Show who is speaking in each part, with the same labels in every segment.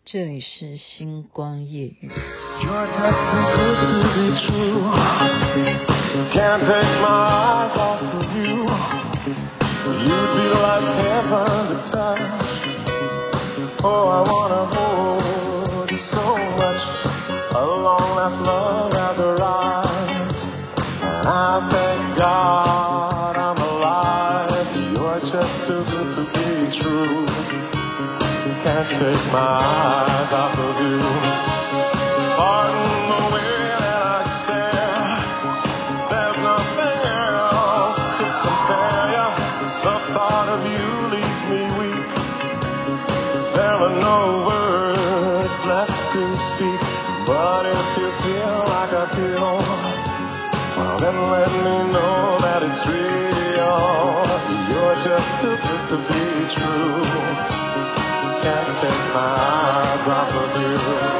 Speaker 1: 这里是星光夜雨。
Speaker 2: Your touch too good to be true. Can't take my eyes off of you. You'd be like heaven to touch. Oh, I wanna hold you so much. A long last love has arrived, and I thank God I'm alive. You're just too good to be true. Can't take my eyes off of you. Pardon the way that I stare. There's nothing else to compare ya. The thought of you leaves me weak. There are no words left to speak. But if you feel like I feel, well then let me know that it's real. You're just too good to be true. Can't take my eyes off of you.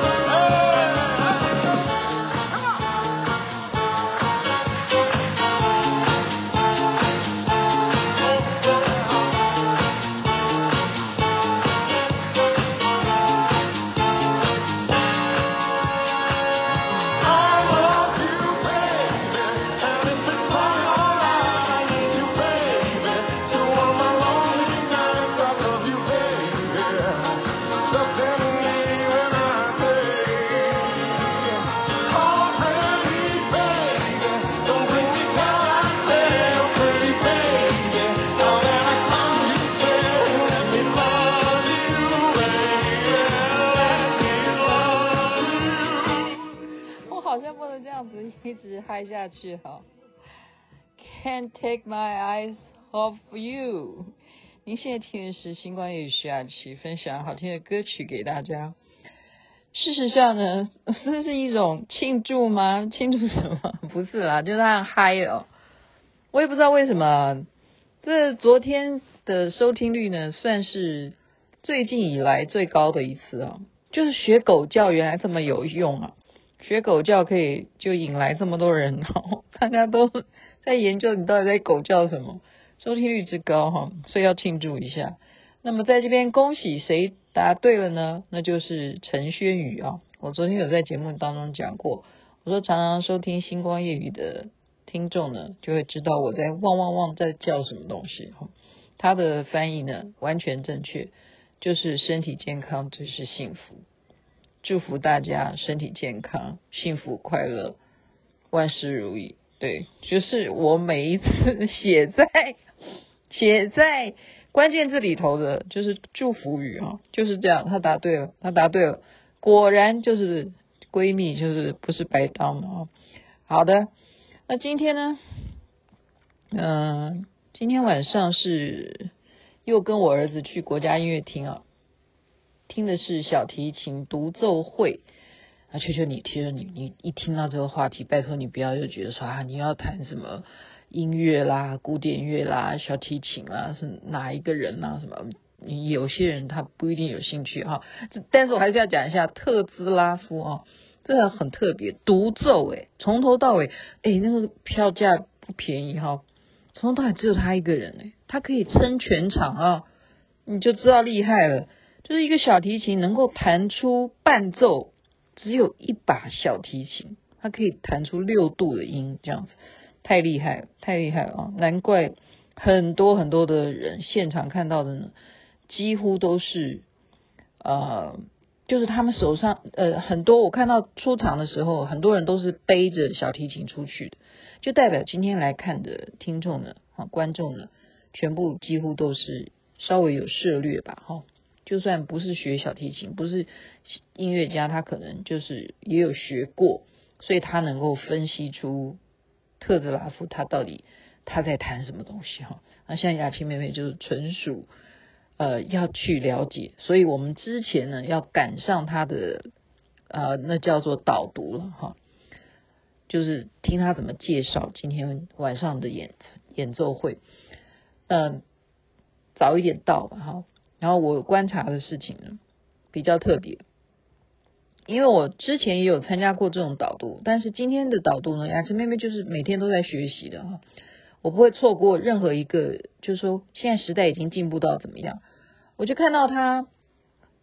Speaker 1: 一直嗨下去哈。Can't take my eyes off you。您现在听的是星光夜雨徐雅琪分享好听的歌曲给大家。事实上呢，这是一种庆祝吗？庆祝什么？不是啦，就是很嗨哦。我也不知道为什么，这昨天的收听率呢，算是最近以来最高的一次啊。就是学狗叫原来这么有用啊。学狗叫可以就引来这么多人哦，大家都在研究你到底在狗叫什么，收听率之高哈，所以要庆祝一下。那么在这边恭喜谁答对了呢？那就是陈轩宇啊。我昨天有在节目当中讲过，我说常常收听星光夜语的听众呢，就会知道我在汪汪汪在叫什么东西哈。他的翻译呢完全正确，就是身体健康就是幸福。祝福大家身体健康，幸福快乐，万事如意。对，就是我每一次写在关键字里头的就是祝福语啊，就是这样。他答对了，果然就是闺蜜，就是不是白当嘛。好的，那今天呢今天晚上是又跟我儿子去国家音乐厅啊，听的是小提琴独奏会啊，求求你一听到这个话题，拜托你不要就觉得说啊，你要弹什么音乐啦、古典乐啦、小提琴啦，是哪一个人啦什么？你有些人他不一定有兴趣哈，但是我还是要讲一下特兹拉夫啊，这个很特别，独奏从头到尾那个票价不便宜哈，从头到尾只有他一个人他可以撑全场啊，你就知道厉害了。就是一个小提琴能够弹出伴奏，只有一把小提琴，它可以弹出6度的音，这样子太厉害了啊！难怪很多很多的人现场看到的呢，几乎都是就是他们手上很多我看到出场的时候，很多人都是背着小提琴出去的，就代表今天来看的听众呢观众呢，全部几乎都是稍微有涉略吧就算不是学小提琴，不是音乐家，他可能就是也有学过，所以他能够分析出特兹拉夫他到底他在弹什么东西那像雅琪妹妹就是纯属要去了解，所以我们之前呢要赶上他的那叫做导读了就是听他怎么介绍今天晚上的演奏会，早一点到吧然后我观察的事情呢比较特别，因为我之前也有参加过这种导读，但是今天的导读呢，雅琪妹妹就是每天都在学习的我不会错过任何一个，就是说现在时代已经进步到怎么样，我就看到她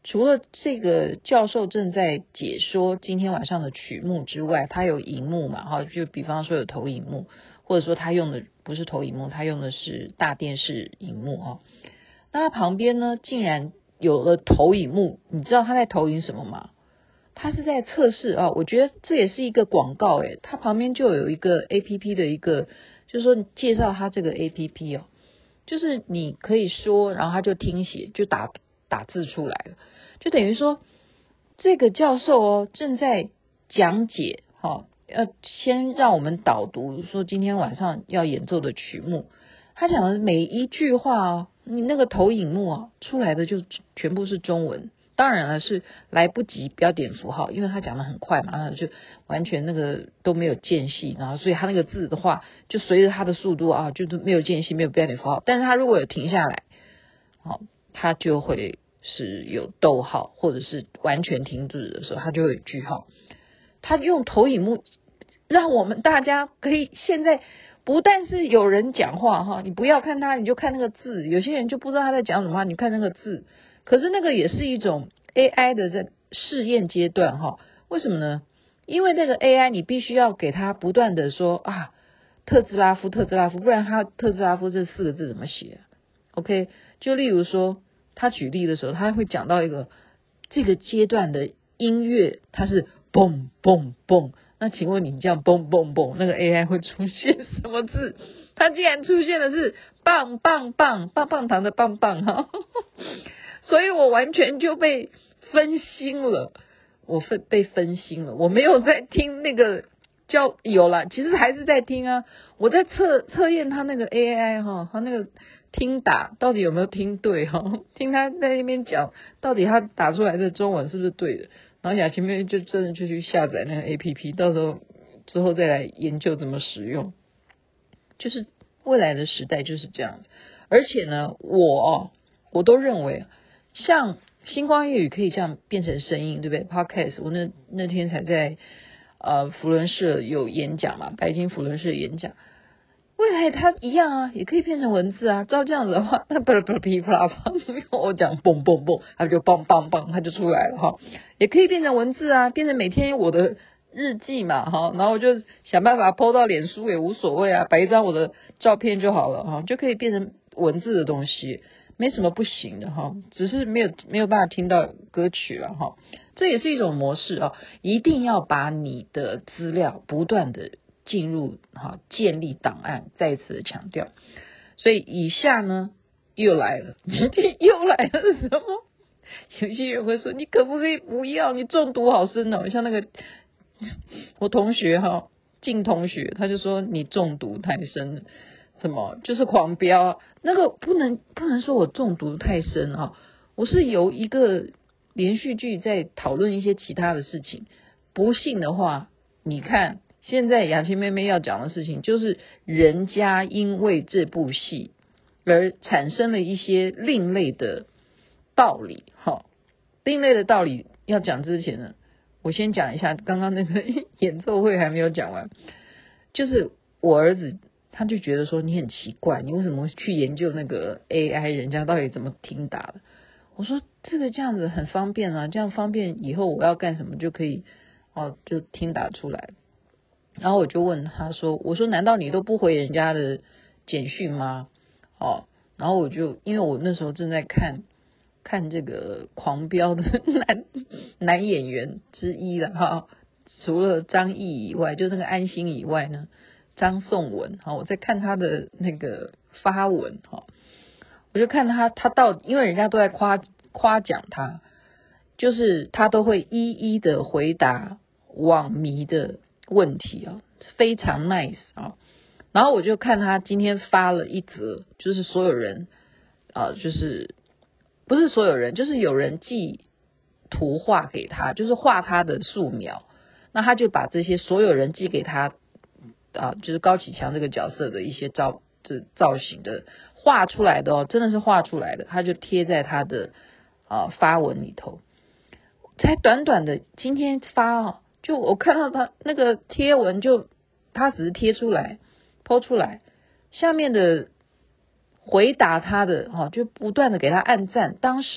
Speaker 1: 除了这个教授正在解说今天晚上的曲目之外，他有荧幕嘛，哈，就比方说有投影幕，或者说他用的不是投影幕，他用的是大电视荧幕哈。那他旁边呢，竟然有了投影幕，你知道他在投影什么吗？他是在测试啊，我觉得这也是一个广告诶，他旁边就有一个 APP 的一个，就是说介绍他这个 APP 哦，就是你可以说，然后他就听写，就打字出来了，就等于说这个教授哦正在讲解，要先让我们导读说今天晚上要演奏的曲目，他讲的每一句话哦，你那个投影幕啊出来的就全部是中文。当然了，是来不及标点符号，因为他讲得很快嘛，就完全那个都没有间隙，然后所以他那个字的话，就随着他的速度啊，就是没有间隙，没有标点符号。但是他如果有停下来，他就会是有逗号，或者是完全停止的时候，他就会有句号。他用投影幕让我们大家可以现在不但是有人讲话哈，你不要看他，你就看那个字。有些人就不知道他在讲什么，你看那个字。可是那个也是一种 AI 的在试验阶段哈，为什么呢？因为那个 AI 你必须要给他不断的说啊，特兹拉夫，不然他特兹拉夫这4个字怎么写？OK， 就例如说他举例的时候，他会讲到一个这个阶段的音乐，它是蹦蹦蹦。那请问你这样蹦蹦蹦，那个 AI 会出现什么字？它竟然出现的是棒棒棒，棒棒糖的棒棒哈。所以我完全就被分心了，被分心了，我没有在听那个有啦，其实还是在听啊，我在测验他那个 AI 哈，他那个听打到底有没有听对哈，听他在那边讲，到底他打出来的中文是不是对的，然后雅琪妹就真的就去下载那个 APP， 到时候之后再来研究怎么使用，就是未来的时代就是这样，而且呢，我都认为。像星光夜语可以这样变成声音，对不对 ？Podcast， 我那天才在福伦社有演讲嘛，白金福伦社演讲，未来它一样啊，也可以变成文字啊。照这样子的话，那噼啪啦啪，我讲蹦蹦蹦，它就棒棒棒，它就出来了哈。也可以变成文字啊，变成每天我的日记嘛哈，然后我就想办法 po 到脸书也无所谓啊，摆一张我的照片就好了哈，就可以变成文字的东西。没什么不行的哈，只是没有办法听到歌曲了哈，这也是一种模式啊，一定要把你的资料不断的进入哈，建立档案，再一次的强调。所以以下呢又来了，又来了什么？有些人会说你可不可以不要？你中毒好深哦，像那个我同学哈，静同学，他就说你中毒太深了。什么就是狂飙，那个不能说我中毒太深啊，我是由一个连续剧在讨论一些其他的事情，不信的话你看现在雅琪妹妹要讲的事情，就是人家因为这部戏而产生了一些另类的道理哈，另类的道理要讲之前呢，我先讲一下刚刚那个演奏会还没有讲完，就是我儿子他就觉得说你很奇怪，你为什么去研究那个 AI 人家到底怎么听打的？我说这个这样子很方便啊，这样方便以后我要干什么就可以就听打出来。然后我就问他说，我说难道你都不回人家的简讯吗？然后我就因为我那时候正在看这个狂飙的男演员之一了哈，除了张译以外，就那个安心以外呢，张颂文我在看他的那个发文我就看他因为人家都在夸奖他，就是他都会一一的回答网迷的问题非常 nice 然后我就看他今天发了一则，就是所有人就是不是所有人，就是有人寄图画给他，就是画他的素描，那他就把这些所有人寄给他就是高启强这个角色的一些造型的画出来的真的是画出来的，他就贴在他的发文里头，才短短的今天发就我看到他那个贴文，就他只是贴出来 po 出来，下面的回答他的就不断的给他按赞，当时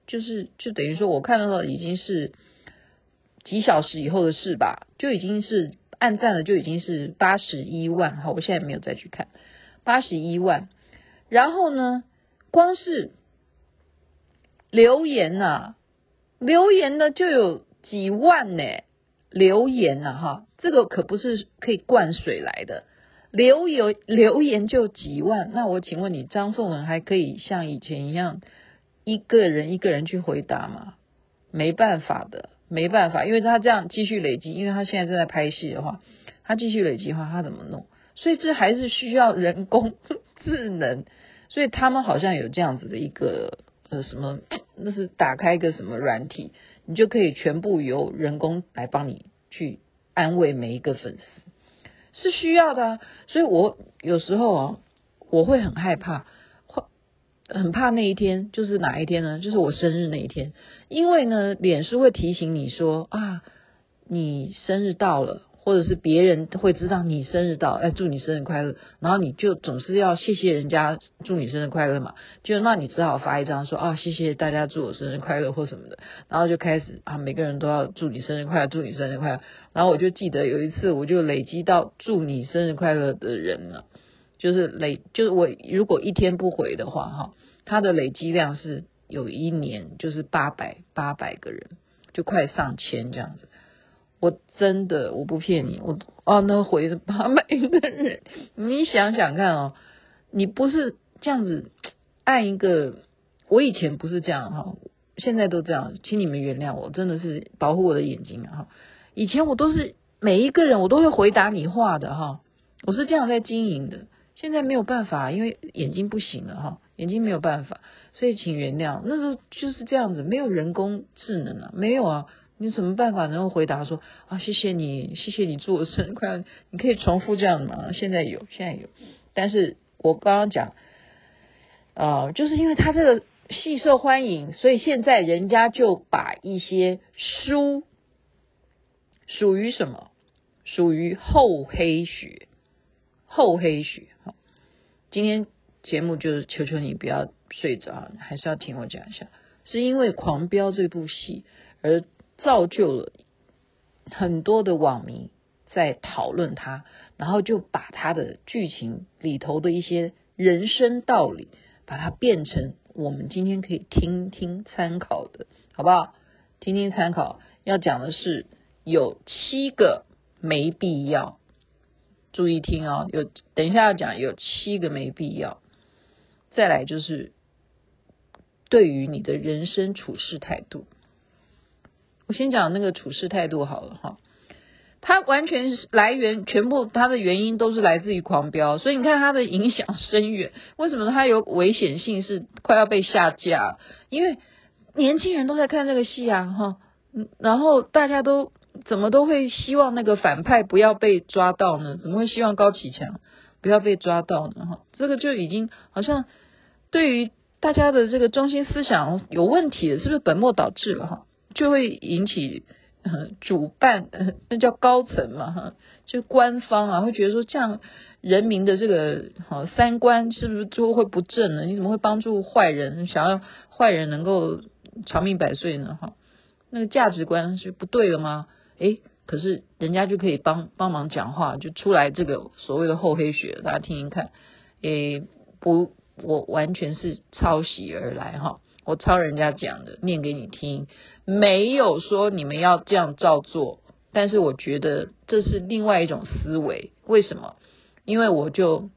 Speaker 1: 就等于说我看到已经是几小时以后的事吧，就已经是按赞了，就已经是81万。好，我现在没有再去看81万。然后呢，光是留言留言的就有几万呢，留言哈，这个可不是可以灌水来的，留言就几万。那我请问你，张颂文还可以像以前一样一个人去回答吗？没办法的，没办法，因为他这样继续累积，因为他现在正在拍戏的话，他继续累积的话，他怎么弄？所以这还是需要人工智能，所以他们好像有这样子的一个什么，那是打开一个什么软体，你就可以全部由人工来帮你去安慰每一个粉丝，是需要的啊。所以我有时候我会很害怕，很怕那一天，就是哪一天呢？就是我生日那一天，因为呢，脸书会提醒你说你生日到了，或者是别人会知道你生日到，祝你生日快乐，然后你就总是要谢谢人家祝你生日快乐嘛，那你只好发一张说谢谢大家祝我生日快乐或什么的，然后就开始每个人都要祝你生日快乐，祝你生日快乐。然后我就记得有一次，我就累积到祝你生日快乐的人了。就是我如果一天不回的话它的累积量是有一年就是800个人，就快上千这样子。我真的我不骗你，那回了800个人，你想想看你不是这样子按一个，我以前不是这样现在都这样，请你们原谅我，真的是保护我的眼睛以前我都是每一个人我都会回答你话的我是这样在经营的。现在没有办法，因为眼睛不行了眼睛没有办法，所以请原谅。那时候就是这样子，没有人工智能没有你什么办法能够回答说谢谢你祝我生日快乐？你可以重复这样的吗？现在有，但是我刚刚讲就是因为他这个戏受欢迎，所以现在人家就把一些书属于什么？属于厚黑学。今天节目就是求求你不要睡着，还是要听我讲一下。是因为《狂飙》这部戏而造就了很多的网民在讨论它，然后就把它的剧情里头的一些人生道理，把它变成我们今天可以听听参考的，好不好？听听参考。要讲的是有7个没必要。注意听等一下要讲有7个没必要。再来就是对于你的人生处事态度，我先讲那个处事态度好了它完全是来源，全部它的原因都是来自于狂飙，所以你看它的影响深远。为什么它有危险性是快要被下架？因为年轻人都在看这个戏然后大家都怎么都会希望那个反派不要被抓到呢？怎么会希望高启强不要被抓到呢？这个就已经好像对于大家的这个中心思想有问题了，是不是本末倒置了就会引起主办那叫高层嘛就官方会觉得说这样人民的这个三观是不是就会不正呢？你怎么会帮助坏人，想要坏人能够长命百岁呢那个价值观是不对的吗？可是人家就可以帮忙讲话，就出来这个所谓的厚黑学，大家听听看。不，我完全是抄袭而来我抄人家讲的，念给你听，没有说你们要这样照做，但是我觉得这是另外一种思维。为什么？因为我就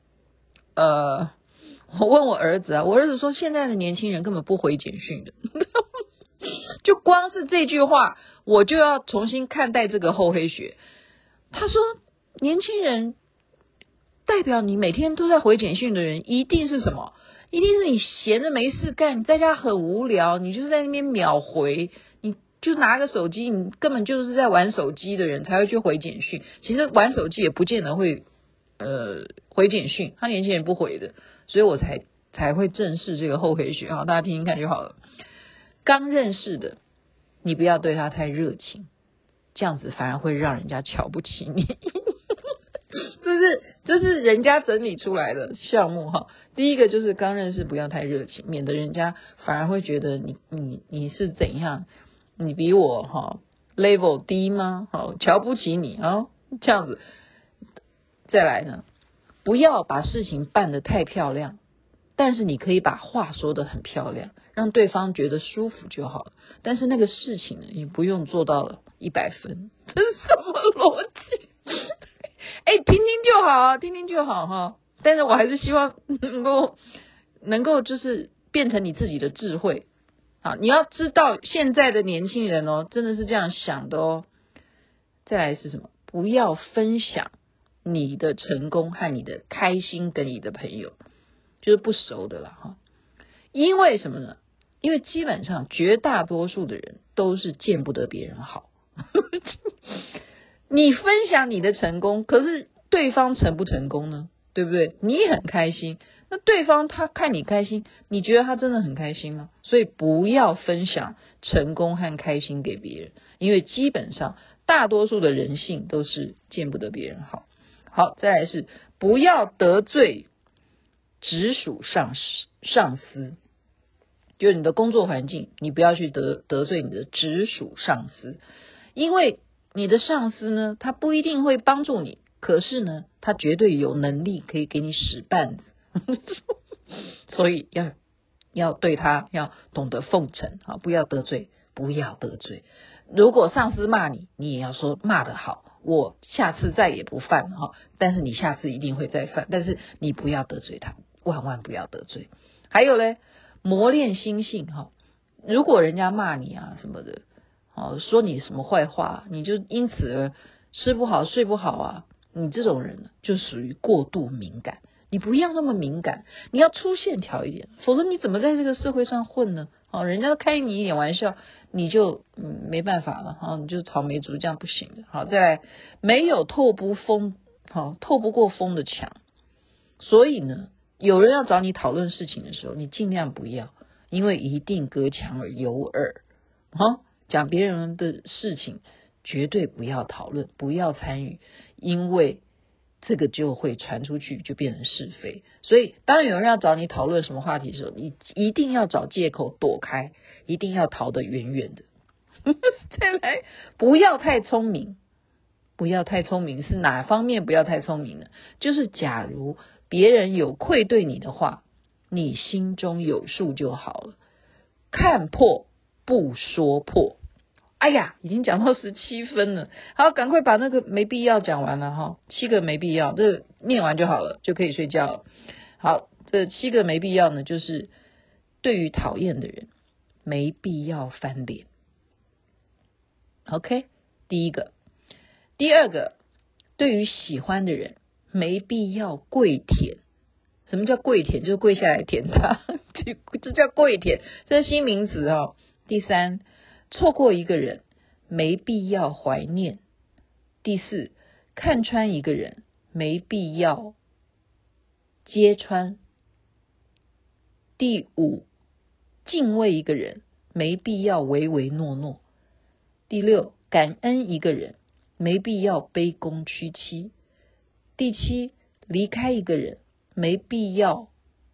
Speaker 1: 我问我儿子我儿子说现在的年轻人根本不回简讯的就光是这句话我就要重新看待这个厚黑学。他说年轻人代表你每天都在回简讯的人一定是什么？一定是你闲着没事干，你在家很无聊，你就是在那边秒回，你就拿个手机，你根本就是在玩手机的人才会去回简讯。其实玩手机也不见得会回简讯，他年轻人不回的，所以我才会正视这个厚黑学大家听听看就好了。刚认识的你不要对他太热情，这样子反而会让人家瞧不起你这这是人家整理出来的项目哈。第一个就是刚认识不要太热情，免得人家反而会觉得你是怎样，你比我哈 level 低吗？好，瞧不起你啊，这样子。再来呢，不要把事情办得太漂亮，但是你可以把话说得很漂亮，让对方觉得舒服就好了。但是那个事情呢，你不用做到100分，这是什么逻辑？听听就好啊，听听就好哈。但是我还是希望能够就是变成你自己的智慧啊！你要知道现在的年轻人哦，真的是这样想的哦。再来是什么？不要分享你的成功和你的开心跟你的朋友，就是不熟的啦哈。因为什么呢？因为基本上绝大多数的人都是见不得别人好。你分享你的成功，可是对方成不成功呢？对不对？你很开心，那对方他看你开心，你觉得他真的很开心吗？所以不要分享成功和开心给别人，因为基本上大多数的人性都是见不得别人好。好，再来是不要得罪直属上司，就是你的工作环境，你不要去得罪你的直属上司，因为你的上司呢，他不一定会帮助你，可是呢，他绝对有能力可以给你使绊子，所以要对他要懂得奉承啊，不要得罪，不要得罪。如果上司骂你，你也要说骂得好，我下次再也不犯哈，但是你下次一定会再犯，但是你不要得罪他，万万不要得罪。还有嘞，磨练心性哈，如果人家骂你啊什么的，说你什么坏话，你就因此而吃不好睡不好啊，你这种人就属于过度敏感。你不要那么敏感，你要粗线条一点，否则你怎么在这个社会上混呢？人家开你一点玩笑，你就没办法了，你就草莓族，这样不行的。好，再来，没有透不过风的墙。所以呢，有人要找你讨论事情的时候，你尽量不要，因为一定隔墙而有耳。讲别人的事情绝对不要讨论，不要参与，因为这个就会传出去，就变成是非。所以当有人要找你讨论什么话题的时候，你一定要找借口躲开，一定要逃得远远的。再来，不要太聪明。不要太聪明是哪方面不要太聪明呢？就是假如别人有愧对你的话，你心中有数就好了，看破不说破。哎呀，已经讲到17分了，好，赶快把那个没必要讲完了哈，7个没必要，这念完就好了，就可以睡觉了。好，这7个没必要呢，就是对于讨厌的人没必要翻脸。OK， 第一个。第二个，对于喜欢的人没必要跪舔。什么叫跪舔？就是跪下来舔他，这叫跪舔，这是新名词哦。第三，错过一个人没必要怀念。第四，看穿一个人没必要揭穿。第五，敬畏一个人没必要唯唯诺诺。第六，感恩一个人没必要卑躬屈膝。第七，离开一个人没必要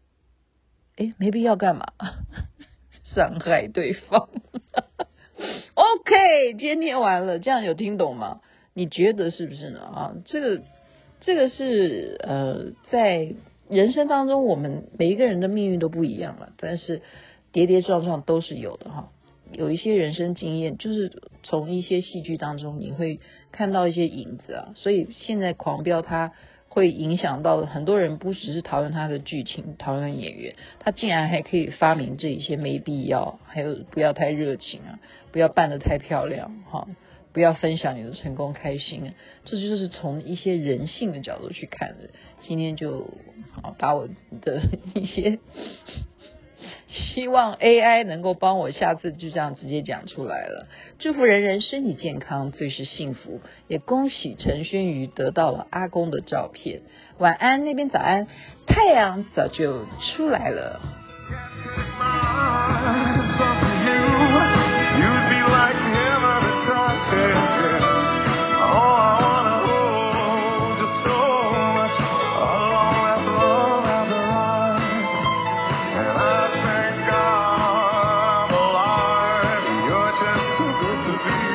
Speaker 1: 干嘛？伤害对方。OK， 今天念完了，这样有听懂吗？你觉得是不是呢？这个是在人生当中，我们每一个人的命运都不一样了，但是跌跌撞撞都是有的哈。有一些人生经验，就是从一些戏剧当中你会看到一些影子啊，所以现在狂飙它会影响到很多人，不只是讨论他的剧情，讨论演员，他竟然还可以发明这一些没必要，还有不要太热情啊，不要扮得太漂亮哈，不要分享你的成功开心啊，这就是从一些人性的角度去看的。今天就把我的一些希望 AI 能够帮我下次就这样直接讲出来了。祝福人人身体健康，最是幸福，也恭喜陈轩瑜得到了阿公的照片。晚安，那边早安，太阳早就出来了。
Speaker 2: Oh, I wanna hold you so much.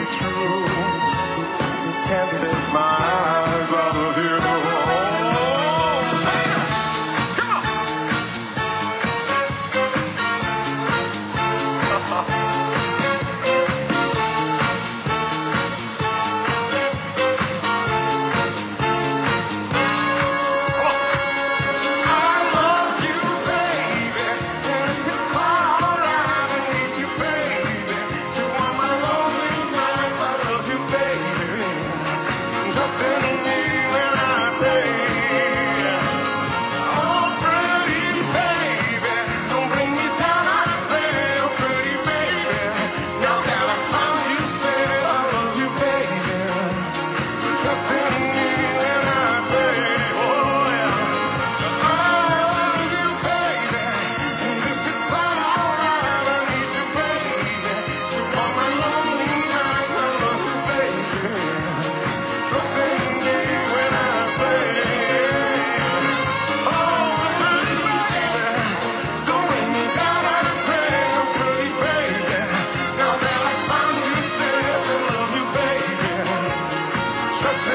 Speaker 2: true. Can't take my eyes off of you. Trust